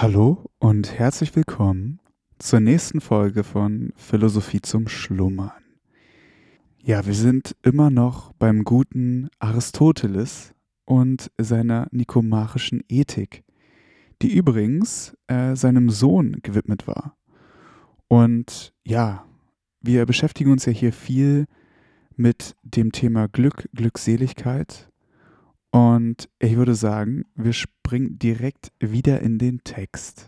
Hallo und herzlich willkommen zur nächsten Folge von Philosophie zum Schlummern. Ja, wir sind immer noch beim guten Aristoteles und seiner nikomachischen Ethik, die übrigens seinem Sohn gewidmet war. Und ja, wir beschäftigen uns ja hier viel mit dem Thema Glück, Glückseligkeit. Und ich würde sagen, wir springen direkt wieder in den Text.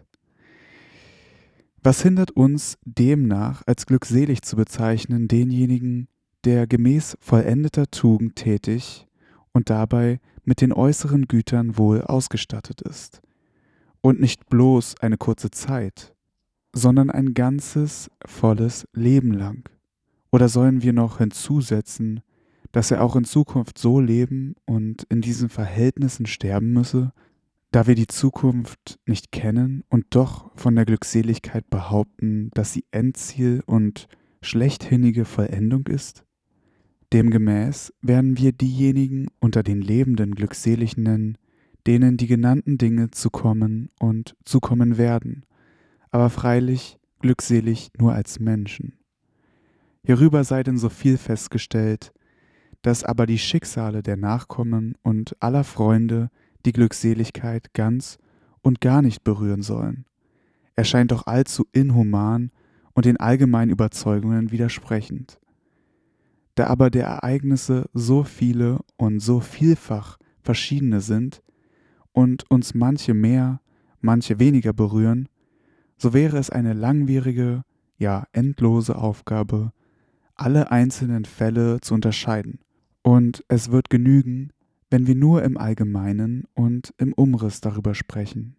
Was hindert uns demnach, als glückselig zu bezeichnen, denjenigen, der gemäß vollendeter Tugend tätig und dabei mit den äußeren Gütern wohl ausgestattet ist? Und nicht bloß eine kurze Zeit, sondern ein ganzes, volles Leben lang. Oder sollen wir noch hinzusetzen, dass er auch in Zukunft so leben und in diesen Verhältnissen sterben müsse, da wir die Zukunft nicht kennen und doch von der Glückseligkeit behaupten, dass sie Endziel und schlechthinnige Vollendung ist? Demgemäß werden wir diejenigen unter den Lebenden glückselig nennen, denen die genannten Dinge zukommen und zukommen werden, aber freilich glückselig nur als Menschen. Hierüber sei denn so viel festgestellt, dass aber die Schicksale der Nachkommen und aller Freunde die Glückseligkeit ganz und gar nicht berühren sollen, erscheint doch allzu inhuman und den allgemeinen Überzeugungen widersprechend. Da aber der Ereignisse so viele und so vielfach verschiedene sind und uns manche mehr, manche weniger berühren, so wäre es eine langwierige, ja endlose Aufgabe, alle einzelnen Fälle zu unterscheiden. Und es wird genügen, wenn wir nur im Allgemeinen und im Umriss darüber sprechen.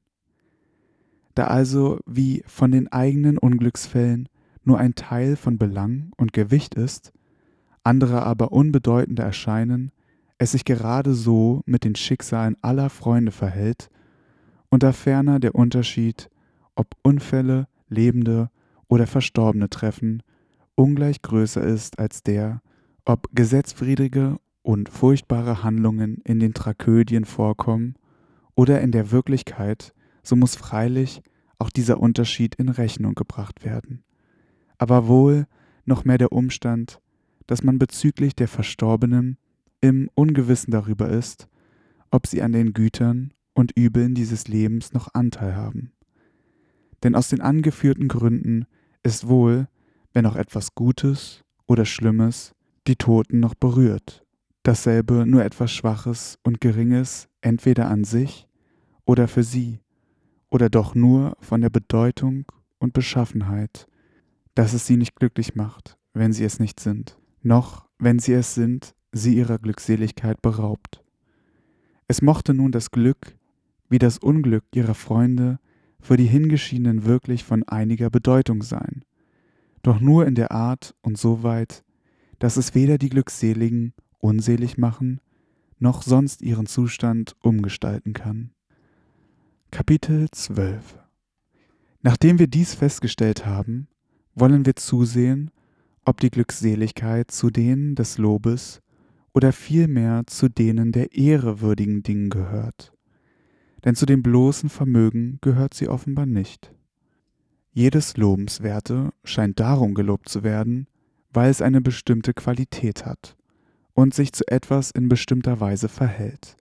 Da also wie von den eigenen Unglücksfällen nur ein Teil von Belang und Gewicht ist, andere aber unbedeutender erscheinen, es sich gerade so mit den Schicksalen aller Freunde verhält, und da ferner der Unterschied, ob Unfälle, Lebende oder Verstorbene treffen, ungleich größer ist als der, ob gesetzwidrige und furchtbare Handlungen in den Tragödien vorkommen oder in der Wirklichkeit, so muss freilich auch dieser Unterschied in Rechnung gebracht werden. Aber wohl noch mehr der Umstand, dass man bezüglich der Verstorbenen im Ungewissen darüber ist, ob sie an den Gütern und Übeln dieses Lebens noch Anteil haben. Denn aus den angeführten Gründen ist wohl, wenn auch etwas Gutes oder Schlimmes, die Toten noch berührt, dasselbe nur etwas Schwaches und Geringes entweder an sich oder für sie, oder doch nur von der Bedeutung und Beschaffenheit, dass es sie nicht glücklich macht, wenn sie es nicht sind, noch, wenn sie es sind, sie ihrer Glückseligkeit beraubt. Es mochte nun das Glück wie das Unglück ihrer Freunde für die Hingeschiedenen wirklich von einiger Bedeutung sein, doch nur in der Art und so weit, dass es weder die Glückseligen unselig machen, noch sonst ihren Zustand umgestalten kann. Kapitel 12. Nachdem wir dies festgestellt haben, wollen wir zusehen, ob die Glückseligkeit zu denen des Lobes oder vielmehr zu denen der Ehre würdigen Dingen gehört. Denn zu dem bloßen Vermögen gehört sie offenbar nicht. Jedes Lobenswerte scheint darum gelobt zu werden, weil es eine bestimmte Qualität hat und sich zu etwas in bestimmter Weise verhält.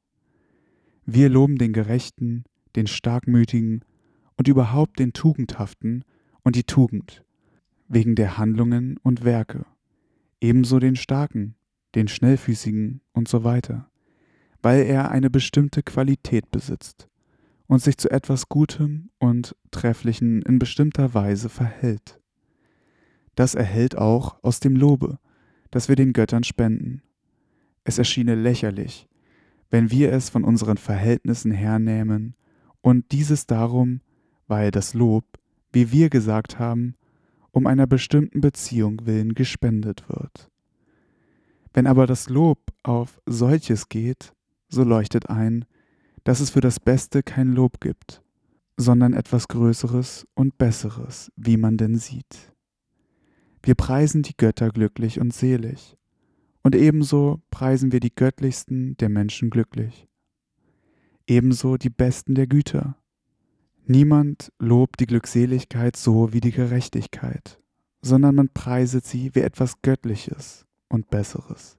Wir loben den Gerechten, den Starkmütigen und überhaupt den Tugendhaften und die Tugend, wegen der Handlungen und Werke, ebenso den Starken, den Schnellfüßigen und so weiter, weil er eine bestimmte Qualität besitzt und sich zu etwas Gutem und Trefflichen in bestimmter Weise verhält. Das erhellt auch aus dem Lobe, das wir den Göttern spenden. Es erschiene lächerlich, wenn wir es von unseren Verhältnissen hernähmen, und dieses darum, weil das Lob, wie wir gesagt haben, um einer bestimmten Beziehung willen gespendet wird. Wenn aber das Lob auf solches geht, so leuchtet ein, dass es für das Beste kein Lob gibt, sondern etwas Größeres und Besseres, wie man denn sieht. Wir preisen die Götter glücklich und selig, und ebenso preisen wir die göttlichsten der Menschen glücklich, ebenso die besten der Güter. Niemand lobt die Glückseligkeit so wie die Gerechtigkeit, sondern man preiset sie wie etwas Göttliches und Besseres.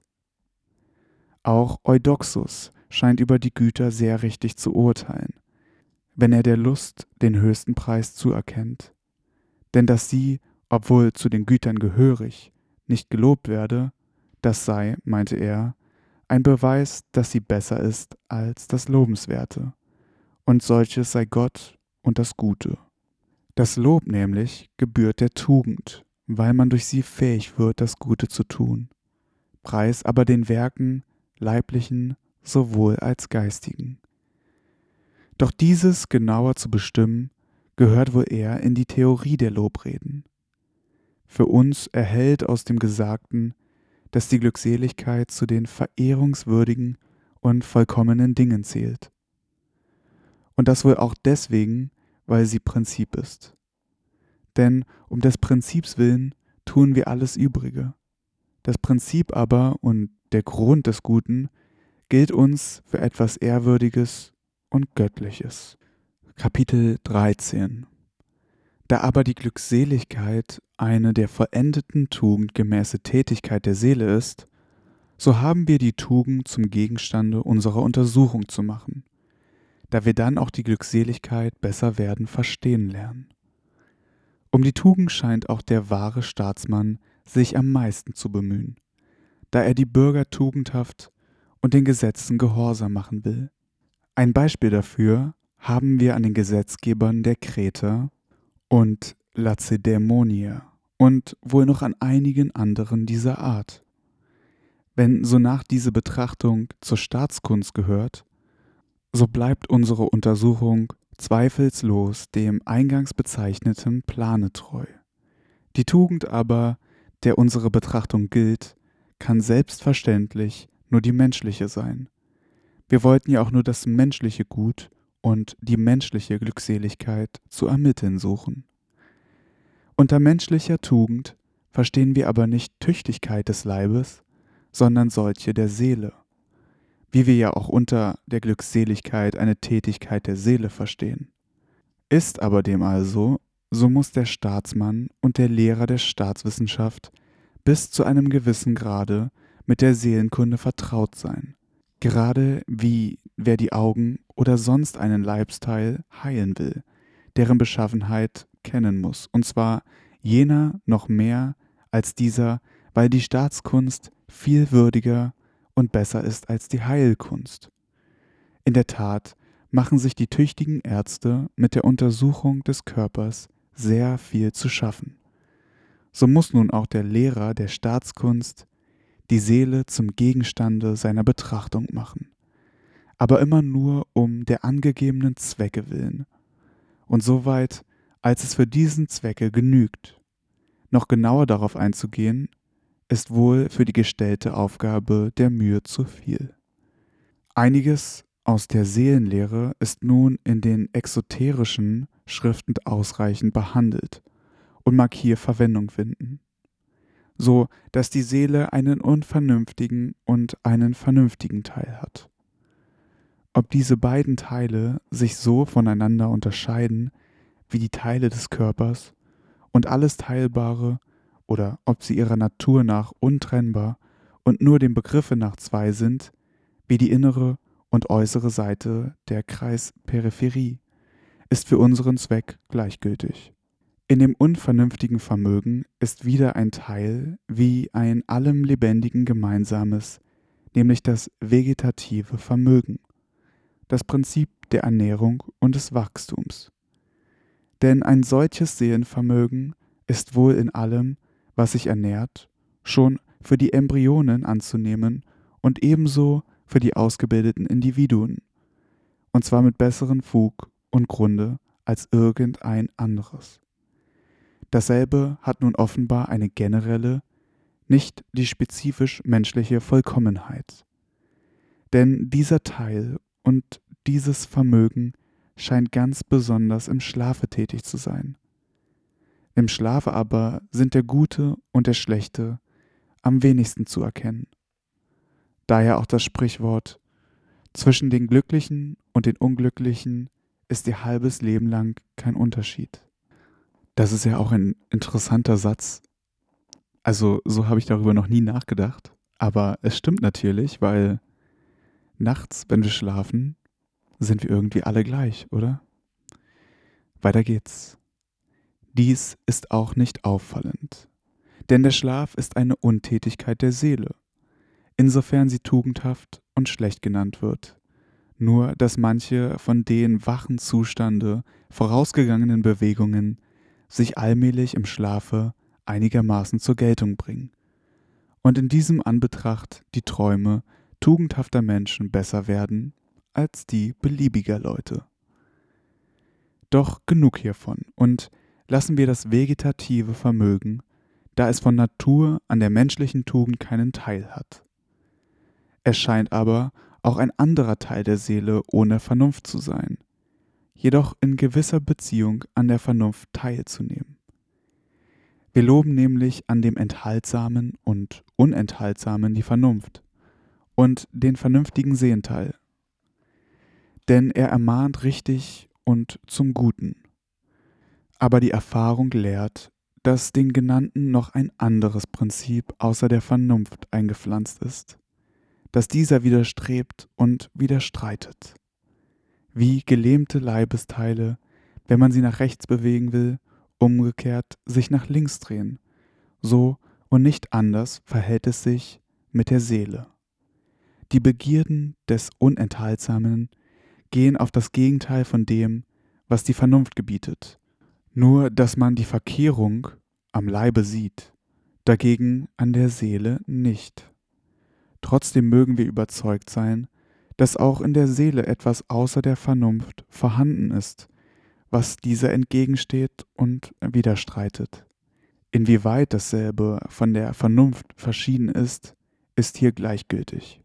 Auch Eudoxus scheint über die Güter sehr richtig zu urteilen, wenn er der Lust den höchsten Preis zuerkennt. Denn dass sie, obwohl zu den Gütern gehörig, nicht gelobt werde, das sei, meinte er, ein Beweis, dass sie besser ist als das Lobenswerte, und solches sei Gott und das Gute. Das Lob nämlich gebührt der Tugend, weil man durch sie fähig wird, das Gute zu tun, preis aber den Werken, leiblichen sowohl als geistigen. Doch dieses genauer zu bestimmen, gehört wohl eher in die Theorie der Lobreden. Für uns erhellt aus dem Gesagten, dass die Glückseligkeit zu den verehrungswürdigen und vollkommenen Dingen zählt. Und das wohl auch deswegen, weil sie Prinzip ist. Denn um des Prinzips willen tun wir alles Übrige. Das Prinzip aber und der Grund des Guten gilt uns für etwas Ehrwürdiges und Göttliches. Kapitel 13. Da aber die Glückseligkeit eine der vollendeten Tugend gemäße Tätigkeit der Seele ist, so haben wir die Tugend zum Gegenstande unserer Untersuchung zu machen, da wir dann auch die Glückseligkeit besser werden verstehen lernen. Um die Tugend scheint auch der wahre Staatsmann sich am meisten zu bemühen, da er die Bürger tugendhaft und den Gesetzen gehorsam machen will. Ein Beispiel dafür haben wir an den Gesetzgebern der Kreter und Lazedämonier und wohl noch an einigen anderen dieser Art. Wenn sonach diese Betrachtung zur Staatskunst gehört, so bleibt unsere Untersuchung zweifellos dem eingangs bezeichneten Plane treu. Die Tugend aber, der unsere Betrachtung gilt, kann selbstverständlich nur die menschliche sein. Wir wollten ja auch nur das menschliche Gut und die menschliche Glückseligkeit zu ermitteln suchen. Unter menschlicher Tugend verstehen wir aber nicht Tüchtigkeit des Leibes, sondern solche der Seele, wie wir ja auch unter der Glückseligkeit eine Tätigkeit der Seele verstehen. Ist aber dem also, so muss der Staatsmann und der Lehrer der Staatswissenschaft bis zu einem gewissen Grade mit der Seelenkunde vertraut sein, gerade wie wer die Augen oder sonst einen Leibsteil heilen will, deren Beschaffenheit kennen muss, und zwar jener noch mehr als dieser, weil die Staatskunst viel würdiger und besser ist als die Heilkunst. In der Tat machen sich die tüchtigen Ärzte mit der Untersuchung des Körpers sehr viel zu schaffen. So muss nun auch der Lehrer der Staatskunst die Seele zum Gegenstande seiner Betrachtung machen, aber immer nur um der angegebenen Zwecke willen und soweit, als es für diesen Zwecke genügt. Noch genauer darauf einzugehen, ist wohl für die gestellte Aufgabe der Mühe zu viel. Einiges aus der Seelenlehre ist nun in den exoterischen Schriften ausreichend behandelt und mag hier Verwendung finden, so dass die Seele einen unvernünftigen und einen vernünftigen Teil hat. Ob diese beiden Teile sich so voneinander unterscheiden wie die Teile des Körpers und alles Teilbare, oder ob sie ihrer Natur nach untrennbar und nur dem Begriffe nach zwei sind, wie die innere und äußere Seite der Kreisperipherie, ist für unseren Zweck gleichgültig. In dem unvernünftigen Vermögen ist wieder ein Teil wie ein allem Lebendigen gemeinsames, nämlich das vegetative Vermögen, das Prinzip der Ernährung und des Wachstums. Denn ein solches Seelenvermögen ist wohl in allem, was sich ernährt, schon für die Embryonen anzunehmen und ebenso für die ausgebildeten Individuen, und zwar mit besseren Fug und Grunde als irgendein anderes. Dasselbe hat nun offenbar eine generelle, nicht die spezifisch menschliche Vollkommenheit. Denn dieser Teil und dieses Vermögen scheint ganz besonders im Schlafe tätig zu sein. Im Schlafe aber sind der Gute und der Schlechte am wenigsten zu erkennen. Daher auch das Sprichwort: Zwischen den Glücklichen und den Unglücklichen ist ihr halbes Leben lang kein Unterschied. Das ist ja auch ein interessanter Satz. Also so habe ich darüber noch nie nachgedacht. Aber es stimmt natürlich, weil nachts, wenn wir schlafen, sind wir irgendwie alle gleich, oder? Weiter geht's. Dies ist auch nicht auffallend, denn der Schlaf ist eine Untätigkeit der Seele, insofern sie tugendhaft und schlecht genannt wird. Nur, dass manche von den wachen Zustande vorausgegangenen Bewegungen sich allmählich im Schlafe einigermaßen zur Geltung bringen und in diesem Anbetracht die Träume tugendhafter Menschen besser werden als die beliebiger Leute. Doch genug hiervon und lassen wir das vegetative Vermögen, da es von Natur an der menschlichen Tugend keinen Teil hat. Es scheint aber auch ein anderer Teil der Seele ohne Vernunft zu sein, jedoch in gewisser Beziehung an der Vernunft teilzunehmen. Wir loben nämlich an dem Enthaltsamen und Unenthaltsamen die Vernunft und den vernünftigen Sehenteil, denn er ermahnt richtig und zum Guten. Aber die Erfahrung lehrt, dass den Genannten noch ein anderes Prinzip außer der Vernunft eingepflanzt ist, dass dieser widerstrebt und widerstreitet. Wie gelähmte Leibesteile, wenn man sie nach rechts bewegen will, umgekehrt sich nach links drehen, so und nicht anders verhält es sich mit der Seele. Die Begierden des Unenthaltsamen gehen auf das Gegenteil von dem, was die Vernunft gebietet, nur dass man die Verkehrung am Leibe sieht, dagegen an der Seele nicht. Trotzdem mögen wir überzeugt sein, dass auch in der Seele etwas außer der Vernunft vorhanden ist, was dieser entgegensteht und widerstreitet. Inwieweit dasselbe von der Vernunft verschieden ist hier gleichgültig.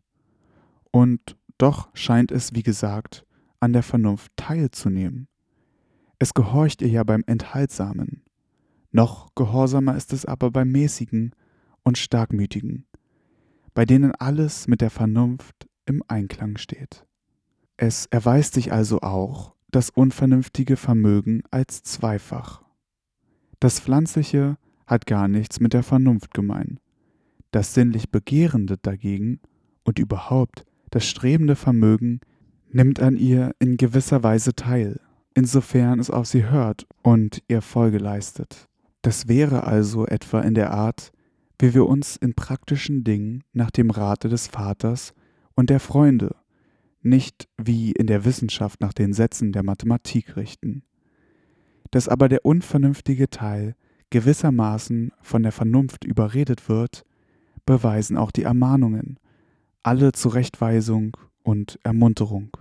Und doch scheint es, wie gesagt, an der Vernunft teilzunehmen. Es gehorcht ihr ja beim Enthaltsamen. Noch gehorsamer ist es aber beim Mäßigen und Starkmütigen, bei denen alles mit der Vernunft im Einklang steht. Es erweist sich also auch das unvernünftige Vermögen als zweifach. Das Pflanzliche hat gar nichts mit der Vernunft gemein. Das sinnlich Begehrende dagegen und überhaupt das strebende Vermögen nimmt an ihr in gewisser Weise teil, insofern es auf sie hört und ihr Folge leistet. Das wäre also etwa in der Art, wie wir uns in praktischen Dingen nach dem Rate des Vaters und der Freunde, nicht wie in der Wissenschaft nach den Sätzen der Mathematik richten. Dass aber der unvernünftige Teil gewissermaßen von der Vernunft überredet wird, beweisen auch die Ermahnungen, alle Zurechtweisung und Ermunterung.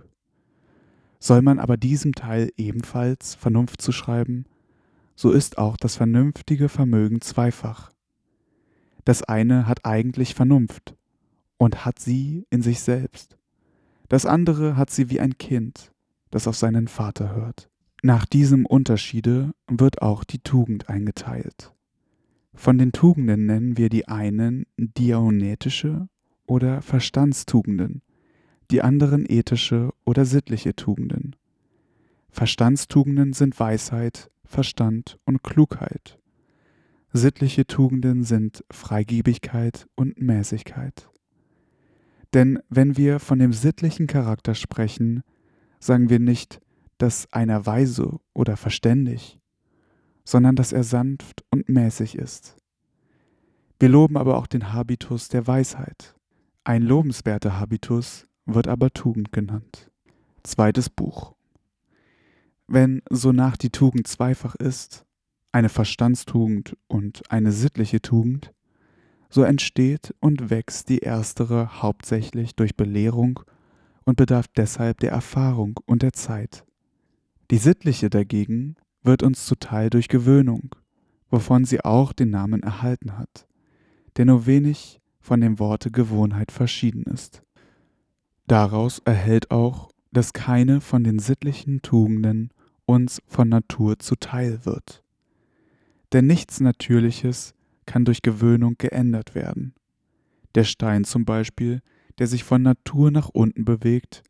Soll man aber diesem Teil ebenfalls Vernunft zuschreiben, so ist auch das vernünftige Vermögen zweifach. Das eine hat eigentlich Vernunft und hat sie in sich selbst. Das andere hat sie wie ein Kind, das auf seinen Vater hört. Nach diesem Unterschiede wird auch die Tugend eingeteilt. Von den Tugenden nennen wir die einen diaonetische oder Verstandstugenden, die anderen ethische oder sittliche Tugenden. Verstandstugenden sind Weisheit, Verstand und Klugheit. Sittliche Tugenden sind Freigebigkeit und Mäßigkeit. Denn wenn wir von dem sittlichen Charakter sprechen, sagen wir nicht, dass einer weise oder verständig, sondern dass er sanft und mäßig ist. Wir loben aber auch den Habitus der Weisheit. Ein lobenswerter Habitus wird aber Tugend genannt. Zweites Buch. Wenn sonach die Tugend zweifach ist, eine Verstandstugend und eine sittliche Tugend, so entsteht und wächst die erstere hauptsächlich durch Belehrung und bedarf deshalb der Erfahrung und der Zeit. Die sittliche dagegen wird uns zuteil durch Gewöhnung, wovon sie auch den Namen erhalten hat, der nur wenig von dem Worte Gewohnheit verschieden ist. Daraus erhält auch, dass keine von den sittlichen Tugenden uns von Natur zuteil wird. Denn nichts Natürliches kann durch Gewöhnung geändert werden. Der Stein zum Beispiel, der sich von Natur nach unten bewegt,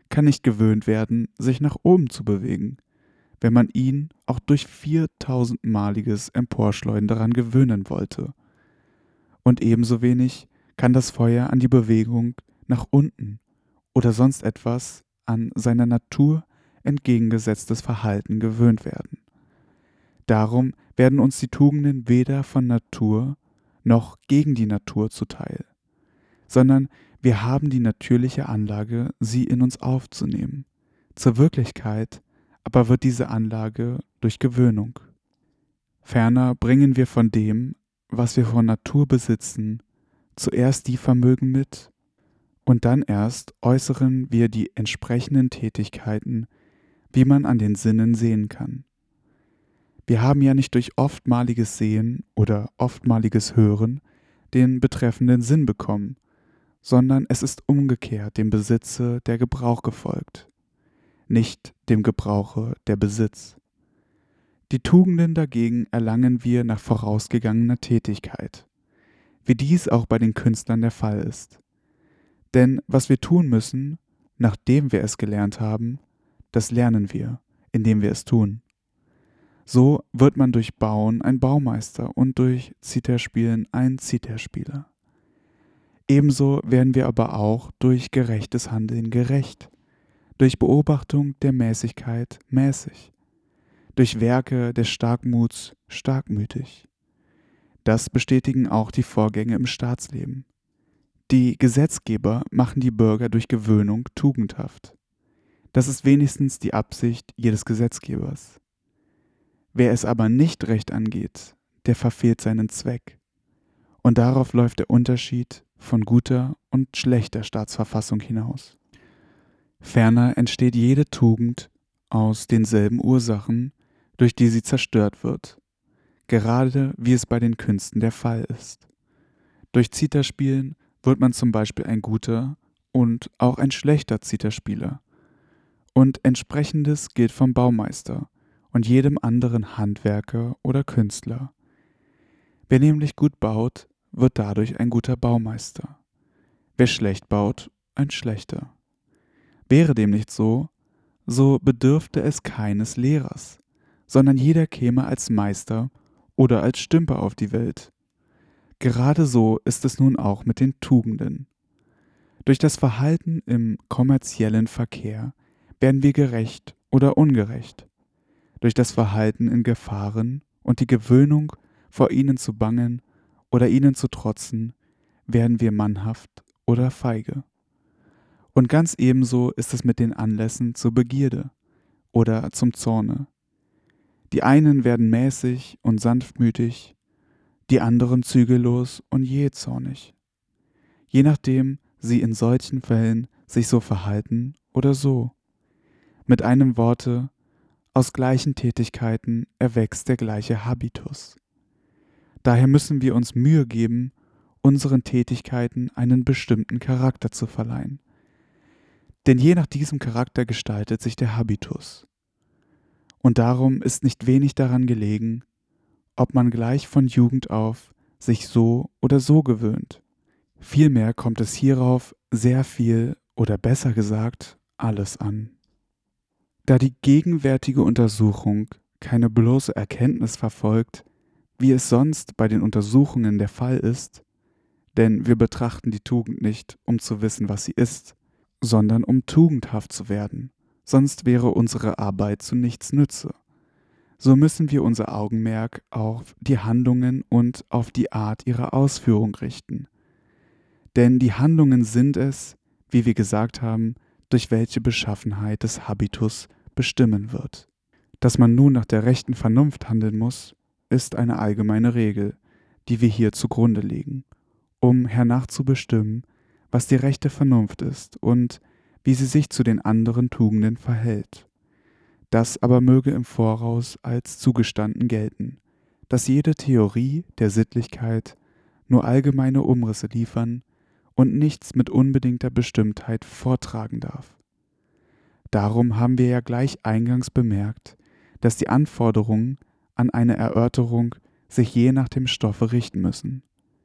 kann nicht gewöhnt werden, sich nach oben zu bewegen, wenn man ihn auch durch 4000-maliges Emporschleudern daran gewöhnen wollte. Und ebenso wenig kann das Feuer an die Bewegung nach unten oder sonst etwas an seiner Natur entgegengesetztes Verhalten gewöhnt werden. Darum werden uns die Tugenden weder von Natur noch gegen die Natur zuteil, sondern wir haben die natürliche Anlage, sie in uns aufzunehmen. Zur Wirklichkeit aber wird diese Anlage durch Gewöhnung. Ferner bringen wir von dem, was wir von Natur besitzen, zuerst die Vermögen mit, und dann erst äußeren wir die entsprechenden Tätigkeiten, wie man an den Sinnen sehen kann. Wir haben ja nicht durch oftmaliges Sehen oder oftmaliges Hören den betreffenden Sinn bekommen, sondern es ist umgekehrt dem Besitze der Gebrauch gefolgt, nicht dem Gebrauche der Besitz. Die Tugenden dagegen erlangen wir nach vorausgegangener Tätigkeit, wie dies auch bei den Künstlern der Fall ist. Denn was wir tun müssen, nachdem wir es gelernt haben, das lernen wir, indem wir es tun. So wird man durch Bauen ein Baumeister und durch Zitherspielen ein Zitherspieler. Ebenso werden wir aber auch durch gerechtes Handeln gerecht, durch Beobachtung der Mäßigkeit mäßig, durch Werke des Starkmuts starkmütig. Das bestätigen auch die Vorgänge im Staatsleben. Die Gesetzgeber machen die Bürger durch Gewöhnung tugendhaft. Das ist wenigstens die Absicht jedes Gesetzgebers. Wer es aber nicht recht angeht, der verfehlt seinen Zweck. Und darauf läuft der Unterschied von guter und schlechter Staatsverfassung hinaus. Ferner entsteht jede Tugend aus denselben Ursachen, durch die sie zerstört wird, gerade wie es bei den Künsten der Fall ist. Durch Zitherspielen wird man zum Beispiel ein guter und auch ein schlechter Zitherspieler. Und entsprechendes gilt vom Baumeister und jedem anderen Handwerker oder Künstler. Wer nämlich gut baut, wird dadurch ein guter Baumeister. Wer schlecht baut, ein schlechter. Wäre dem nicht so, so bedürfte es keines Lehrers, sondern jeder käme als Meister oder als Stümper auf die Welt. Gerade so ist es nun auch mit den Tugenden. Durch das Verhalten im kommerziellen Verkehr werden wir gerecht oder ungerecht. Durch das Verhalten in Gefahren und die Gewöhnung, vor ihnen zu bangen oder ihnen zu trotzen, werden wir mannhaft oder feige. Und ganz ebenso ist es mit den Anlässen zur Begierde oder zum Zorne. Die einen werden mäßig und sanftmütig, die anderen zügellos und jähzornig, je nachdem sie in solchen Fällen sich so verhalten oder so. Mit einem Worte, aus gleichen Tätigkeiten erwächst der gleiche Habitus. Daher müssen wir uns Mühe geben, unseren Tätigkeiten einen bestimmten Charakter zu verleihen. Denn je nach diesem Charakter gestaltet sich der Habitus. Und darum ist nicht wenig daran gelegen, ob man gleich von Jugend auf sich so oder so gewöhnt. Vielmehr kommt es hierauf sehr viel oder besser gesagt alles an. Da die gegenwärtige Untersuchung keine bloße Erkenntnis verfolgt, wie es sonst bei den Untersuchungen der Fall ist, denn wir betrachten die Tugend nicht, um zu wissen, was sie ist, sondern um tugendhaft zu werden, sonst wäre unsere Arbeit zu nichts Nütze. So müssen wir unser Augenmerk auf die Handlungen und auf die Art ihrer Ausführung richten. Denn die Handlungen sind es, wie wir gesagt haben, durch welche Beschaffenheit des Habitus bestimmen wird. Dass man nun nach der rechten Vernunft handeln muss, ist eine allgemeine Regel, die wir hier zugrunde legen, um hernach zu bestimmen, was die rechte Vernunft ist und wie sie sich zu den anderen Tugenden verhält. Das aber möge im Voraus als zugestanden gelten, dass jede Theorie der Sittlichkeit nur allgemeine Umrisse liefern und nichts mit unbedingter Bestimmtheit vortragen darf. Darum haben wir ja gleich eingangs bemerkt, dass die Anforderungen an eine Erörterung sich je nach dem Stoffe richten müssen.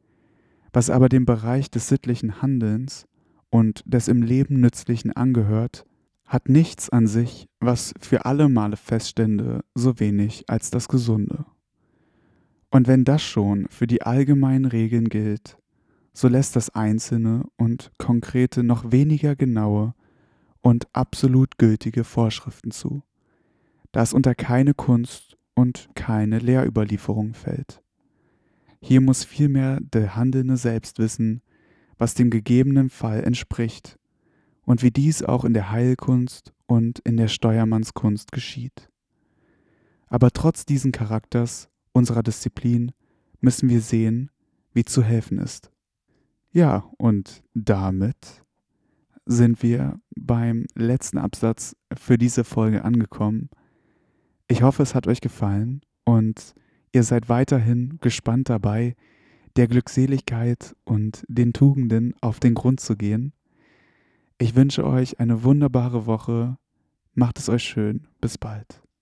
Was aber dem Bereich des sittlichen Handelns und des im Leben Nützlichen angehört, hat nichts an sich, was für alle Male feststände, so wenig als das Gesunde. Und wenn das schon für die allgemeinen Regeln gilt, so lässt das Einzelne und Konkrete noch weniger genaue und absolut gültige Vorschriften zu, da es unter keine Kunst und keine Lehrüberlieferung fällt. Hier muss vielmehr der Handelnde selbst wissen, was dem gegebenen Fall entspricht und wie dies auch in der Heilkunst und in der Steuermannskunst geschieht. Aber trotz diesen Charakters unserer Disziplin müssen wir sehen, wie zu helfen ist. Ja, und damit sind wir beim letzten Absatz für diese Folge angekommen. Ich hoffe, es hat euch gefallen und ihr seid weiterhin gespannt dabei, der Glückseligkeit und den Tugenden auf den Grund zu gehen. Ich wünsche euch eine wunderbare Woche. Macht es euch schön. Bis bald.